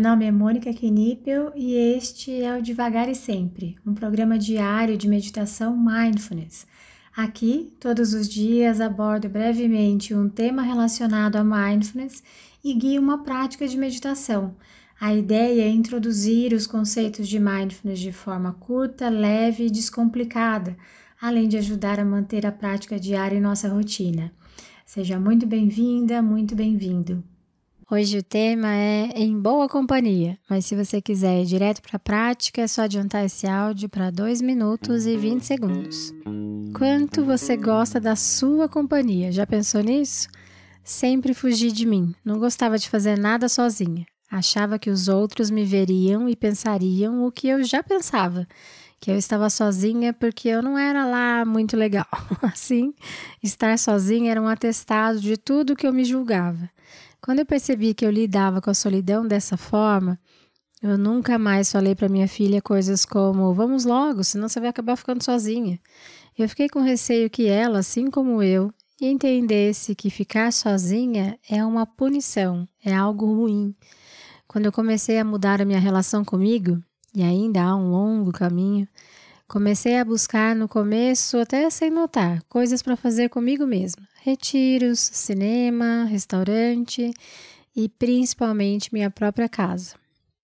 nome é Mônica Knippel e este é o Devagar e Sempre, um programa diário de meditação mindfulness. Aqui, todos os dias, abordo brevemente um tema relacionado a mindfulness e guio uma prática de meditação. A ideia é introduzir os conceitos de mindfulness de forma curta, leve e descomplicada, além de ajudar a manter a prática diária em nossa rotina. Seja muito bem-vinda, muito bem-vindo. Hoje o tema é em boa companhia, mas se você quiser ir direto para a prática, é só adiantar esse áudio para 2 minutos e 20 segundos. Quanto você gosta da sua companhia? Já pensou nisso? Sempre fugi de mim, não gostava de fazer nada sozinha. Achava que os outros me veriam e pensariam o que eu já pensava, que eu estava sozinha porque eu não era lá muito legal. Assim, estar sozinha era um atestado de tudo que eu me julgava. Quando eu percebi que eu lidava com a solidão dessa forma, eu nunca mais falei para minha filha coisas como vamos logo, senão você vai acabar ficando sozinha. Eu fiquei com receio que ela, assim como eu, entendesse que ficar sozinha é uma punição, é algo ruim. Quando eu comecei a mudar a minha relação comigo, e ainda há um longo caminho, comecei a buscar no começo, até sem notar, coisas para fazer comigo mesma. Retiros, cinema, restaurante e principalmente minha própria casa.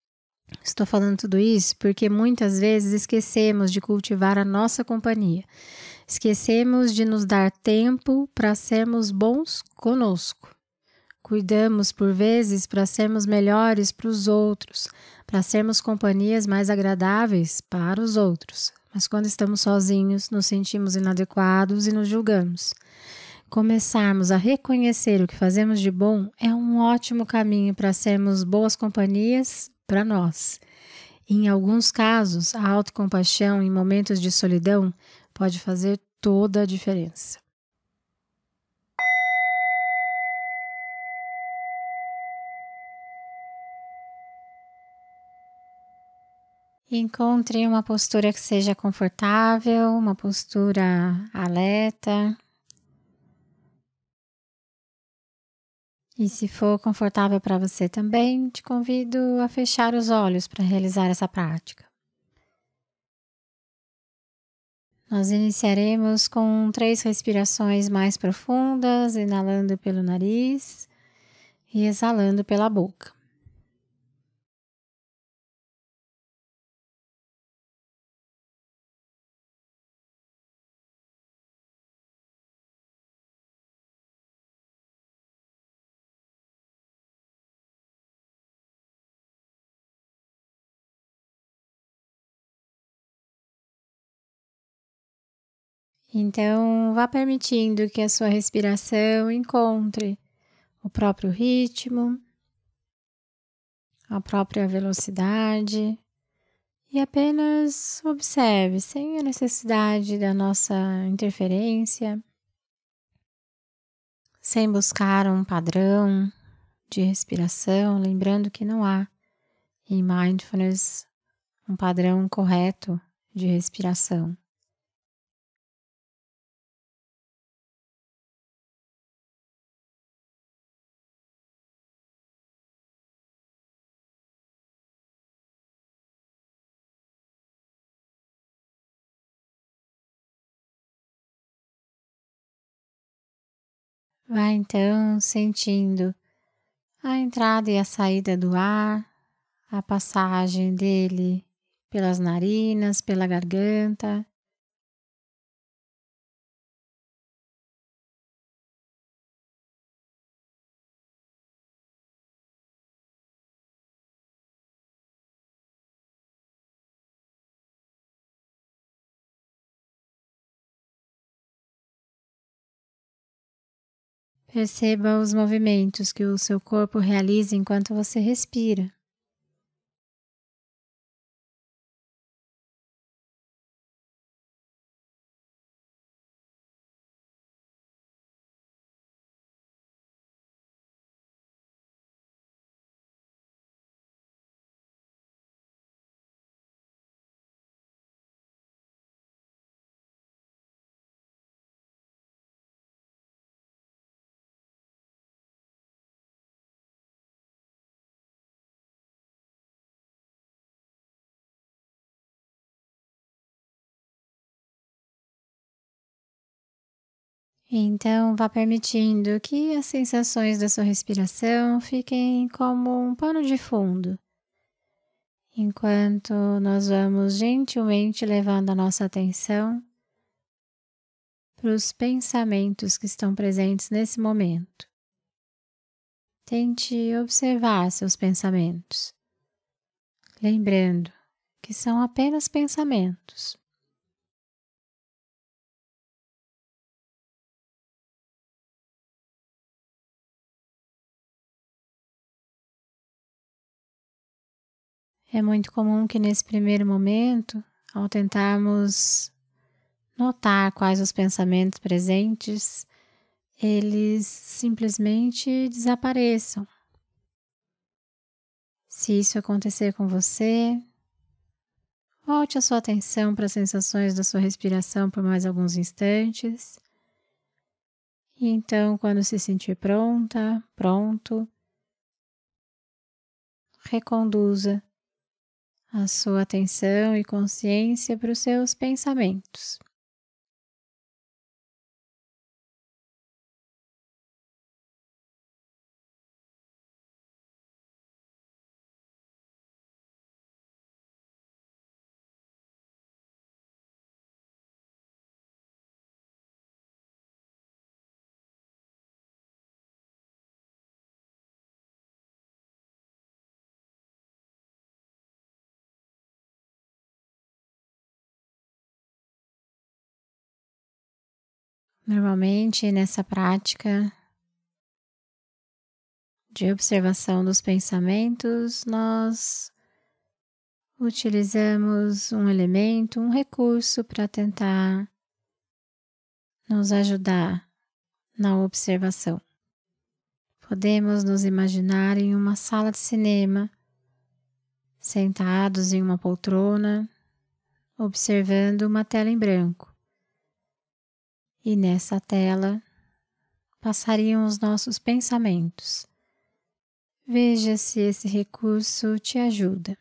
Estou falando tudo isso porque muitas vezes esquecemos de cultivar a nossa companhia. Esquecemos de nos dar tempo para sermos bons conosco. Cuidamos por vezes para sermos melhores para os outros, para sermos companhias mais agradáveis para os outros. Mas quando estamos sozinhos, nos sentimos inadequados e nos julgamos. Começarmos a reconhecer o que fazemos de bom é um ótimo caminho para sermos boas companhias para nós. Em alguns casos, a autocompaixão em momentos de solidão pode fazer toda a diferença. Encontre uma postura que seja confortável, uma postura alerta. E se for confortável para você também, te convido a fechar os olhos para realizar essa prática. Nós iniciaremos com 3 respirações mais profundas, inalando pelo nariz e exalando pela boca. Então, vá permitindo que a sua respiração encontre o próprio ritmo, a própria velocidade e apenas observe, sem a necessidade da nossa interferência, sem buscar um padrão de respiração, lembrando que não há em mindfulness um padrão correto de respiração. Vai então sentindo a entrada e a saída do ar, a passagem dele pelas narinas, pela garganta. Perceba os movimentos que o seu corpo realiza enquanto você respira. Então, vá permitindo que as sensações da sua respiração fiquem como um pano de fundo, enquanto nós vamos gentilmente levando a nossa atenção para os pensamentos que estão presentes nesse momento. Tente observar seus pensamentos, lembrando que são apenas pensamentos. É muito comum que nesse primeiro momento, ao tentarmos notar quais os pensamentos presentes, eles simplesmente desapareçam. Se isso acontecer com você, volte a sua atenção para as sensações da sua respiração por mais alguns instantes. E então, quando se sentir pronta, pronto, reconduza a sua atenção e consciência para os seus pensamentos. Normalmente, nessa prática de observação dos pensamentos, nós utilizamos um elemento, um recurso para tentar nos ajudar na observação. Podemos nos imaginar em uma sala de cinema, sentados em uma poltrona, observando uma tela em branco. E nessa tela passariam os nossos pensamentos. Veja se esse recurso te ajuda.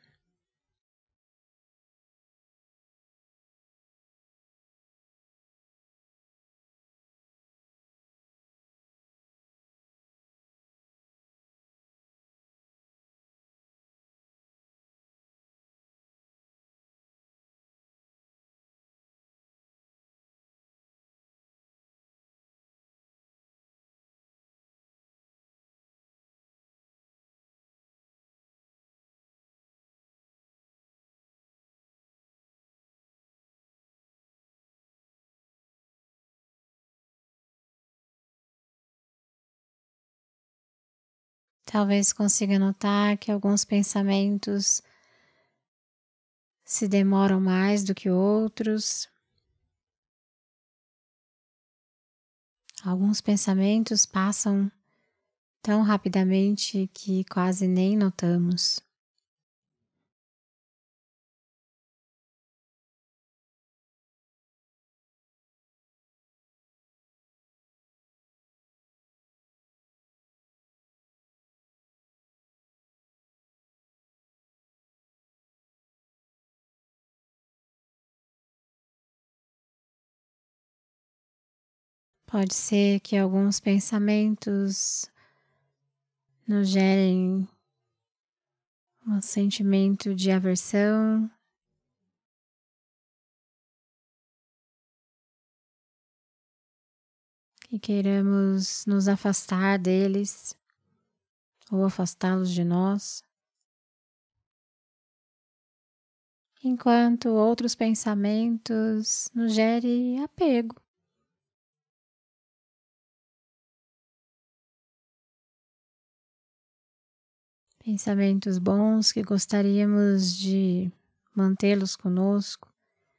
Talvez consiga notar que alguns pensamentos se demoram mais do que outros. Alguns pensamentos passam tão rapidamente que quase nem notamos. Pode ser que alguns pensamentos nos gerem um sentimento de aversão, que queiramos nos afastar deles ou afastá-los de nós, enquanto outros pensamentos nos gerem apego. Pensamentos bons que gostaríamos de mantê-los conosco.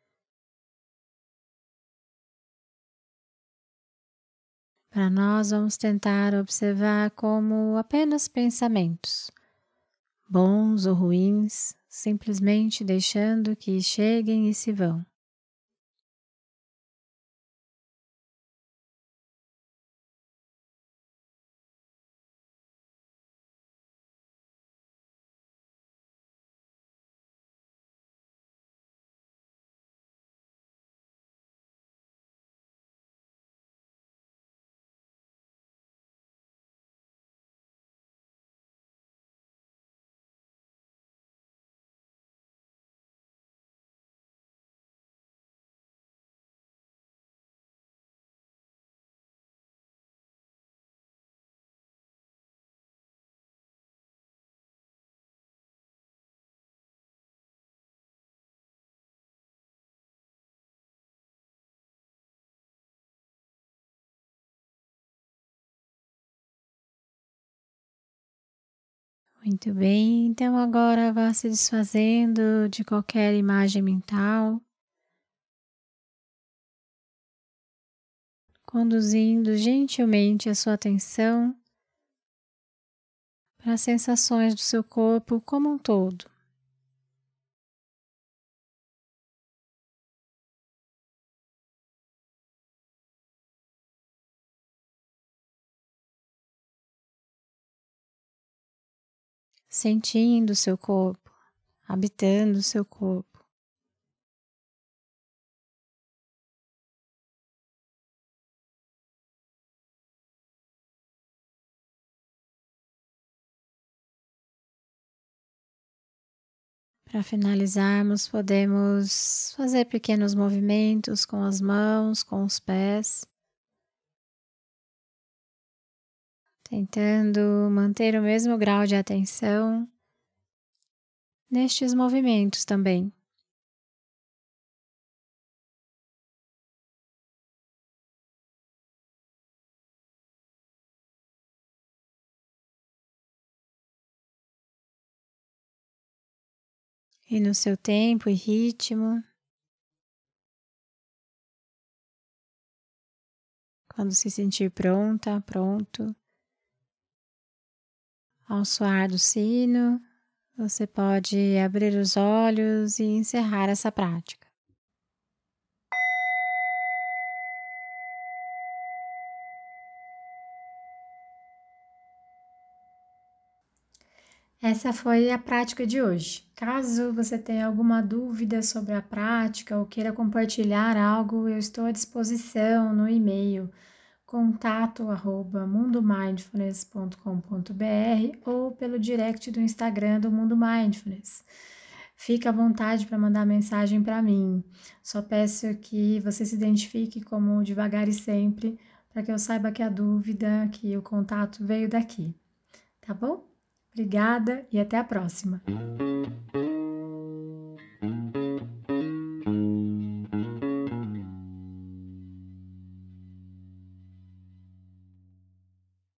Para nós, vamos tentar observar como apenas pensamentos, bons ou ruins, simplesmente deixando que cheguem e se vão. Muito bem, então agora vá se desfazendo de qualquer imagem mental, conduzindo gentilmente a sua atenção para as sensações do seu corpo como um todo. Sentindo o seu corpo, habitando o seu corpo. Para finalizarmos, podemos fazer pequenos movimentos com as mãos, com os pés, tentando manter o mesmo grau de atenção nestes movimentos também. E no seu tempo e ritmo, quando se sentir pronta, pronto, ao soar do sino, você pode abrir os olhos e encerrar essa prática. Essa foi a prática de hoje. Caso você tenha alguma dúvida sobre a prática ou queira compartilhar algo, eu estou à disposição no e-mail contato@mundomindfulness.com.br ou pelo direct do Instagram do Mundo Mindfulness. Fique à vontade para mandar mensagem para mim. Só peço que você se identifique como Devagar e Sempre, para que eu saiba que a dúvida, que o contato veio daqui. Tá bom? Obrigada e até a próxima!